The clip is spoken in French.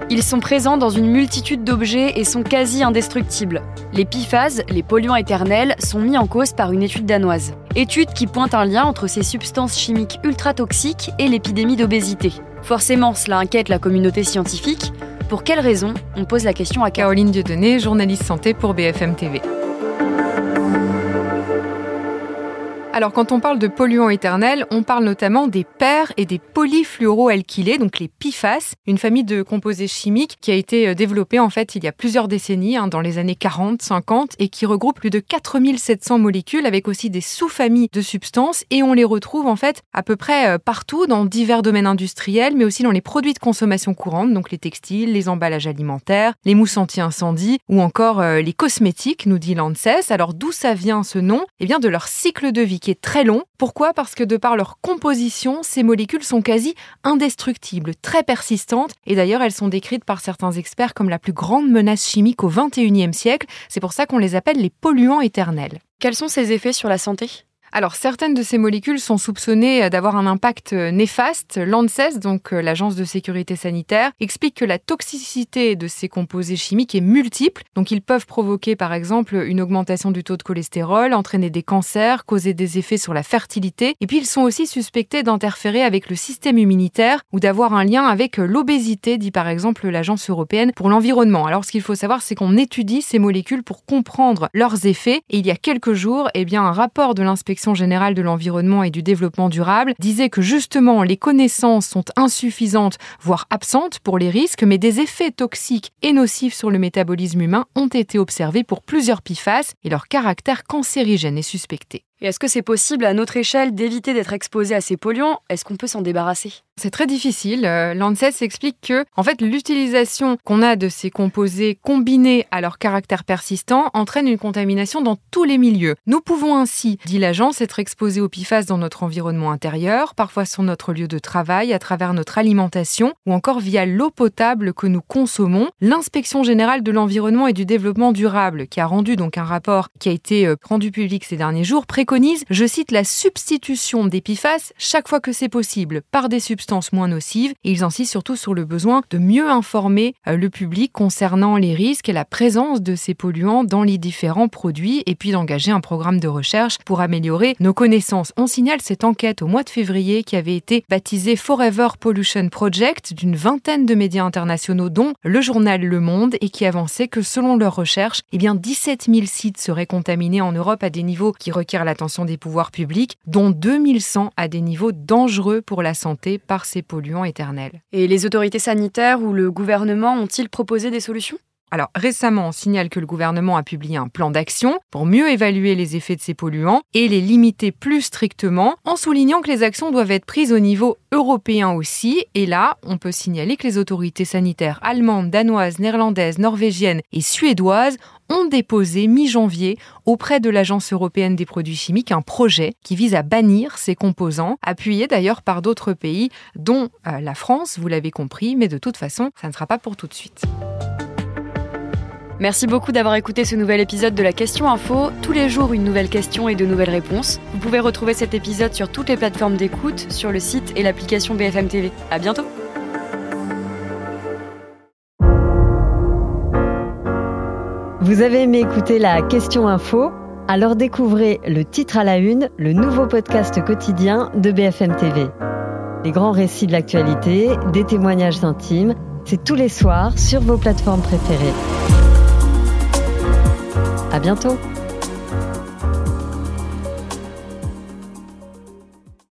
Ils sont présents dans une multitude d'objets et sont quasi indestructibles. Les PFAS, les polluants éternels, sont mis en cause par une étude danoise. Étude qui pointe un lien entre ces substances chimiques ultra toxiques et l'épidémie d'obésité. Forcément, cela inquiète la communauté scientifique. Pour quelles raisons ? On pose la question à Caroline Dieudonné, journaliste santé pour BFM TV. Alors, quand on parle de polluants éternels, on parle notamment des per et des polyfluoroalkylés, donc les PFAS, une famille de composés chimiques qui a été développée en fait il y a plusieurs décennies, dans les années 40, 50, et qui regroupe plus de 4700 molécules avec aussi des sous-familles de substances, et on les retrouve en fait à peu près partout dans divers domaines industriels, mais aussi dans les produits de consommation courante, donc les textiles, les emballages alimentaires, les mousses anti-incendie ou encore les cosmétiques, nous dit l'ANSES. Alors d'où ça vient ce nom ? Eh bien de leur cycle de vie qui est très long. Pourquoi ? Parce que de par leur composition, ces molécules sont quasi indestructibles, très persistantes, et d'ailleurs elles sont décrites par certains experts comme la plus grande menace chimique au XXIe siècle. C'est pour ça qu'on les appelle les polluants éternels. Quels sont ces effets sur la santé ? Alors, certaines de ces molécules sont soupçonnées d'avoir un impact néfaste. L'ANSES, donc l'Agence de sécurité sanitaire, explique que la toxicité de ces composés chimiques est multiple. Donc, ils peuvent provoquer, par exemple, une augmentation du taux de cholestérol, entraîner des cancers, causer des effets sur la fertilité. Et puis, ils sont aussi suspectés d'interférer avec le système immunitaire ou d'avoir un lien avec l'obésité, dit par exemple l'Agence européenne pour l'environnement. Alors, ce qu'il faut savoir, c'est qu'on étudie ces molécules pour comprendre leurs effets. Et il y a quelques jours, un rapport de l'inspection générale de l'environnement et du développement durable disait que justement les connaissances sont insuffisantes, voire absentes pour les risques, mais des effets toxiques et nocifs sur le métabolisme humain ont été observés pour plusieurs PFAS et leur caractère cancérigène est suspecté. Et est-ce que c'est possible à notre échelle d'éviter d'être exposé à ces polluants ? Est-ce qu'on peut s'en débarrasser ? C'est très difficile. L'ANSES explique que, en fait, l'utilisation qu'on a de ces composés combinés à leur caractère persistant entraîne une contamination dans tous les milieux. Nous pouvons ainsi, dit l'agence, être exposés aux PFAS dans notre environnement intérieur, parfois sur notre lieu de travail, à travers notre alimentation ou encore via l'eau potable que nous consommons. L'Inspection générale de l'environnement et du développement durable, qui a rendu donc un rapport qui a été rendu public ces derniers jours, préconise, je cite, la substitution des PFAS chaque fois que c'est possible par des substances moins nocives, et ils insistent surtout sur le besoin de mieux informer le public concernant les risques et la présence de ces polluants dans les différents produits, et puis d'engager un programme de recherche pour améliorer nos connaissances. On signale cette enquête au mois de février qui avait été baptisée Forever Pollution Project d'une vingtaine de médias internationaux dont le journal Le Monde, et qui avançait que selon leurs recherches, 17 000 sites seraient contaminés en Europe à des niveaux qui requièrent l'attention des pouvoirs publics, dont 2100 à des niveaux dangereux pour la santé par ces polluants éternels. Et les autorités sanitaires ou le gouvernement ont-ils proposé des solutions ? Alors récemment, on signale que le gouvernement a publié un plan d'action pour mieux évaluer les effets de ces polluants et les limiter plus strictement, en soulignant que les actions doivent être prises au niveau européen aussi. Et là, on peut signaler que les autorités sanitaires allemandes, danoises, néerlandaises, norvégiennes et suédoises ont déposé mi-janvier auprès de l'Agence européenne des produits chimiques un projet qui vise à bannir ces composants, appuyé d'ailleurs par d'autres pays, dont la France, vous l'avez compris, mais de toute façon, ça ne sera pas pour tout de suite. Merci beaucoup d'avoir écouté ce nouvel épisode de la Question Info. Tous les jours, une nouvelle question et de nouvelles réponses. Vous pouvez retrouver cet épisode sur toutes les plateformes d'écoute, sur le site et l'application BFM TV. À bientôt. Vous avez aimé écouter la Question Info ? Alors découvrez le titre à la une, le nouveau podcast quotidien de BFM TV. Les grands récits de l'actualité, des témoignages intimes, c'est tous les soirs sur vos plateformes préférées. À bientôt.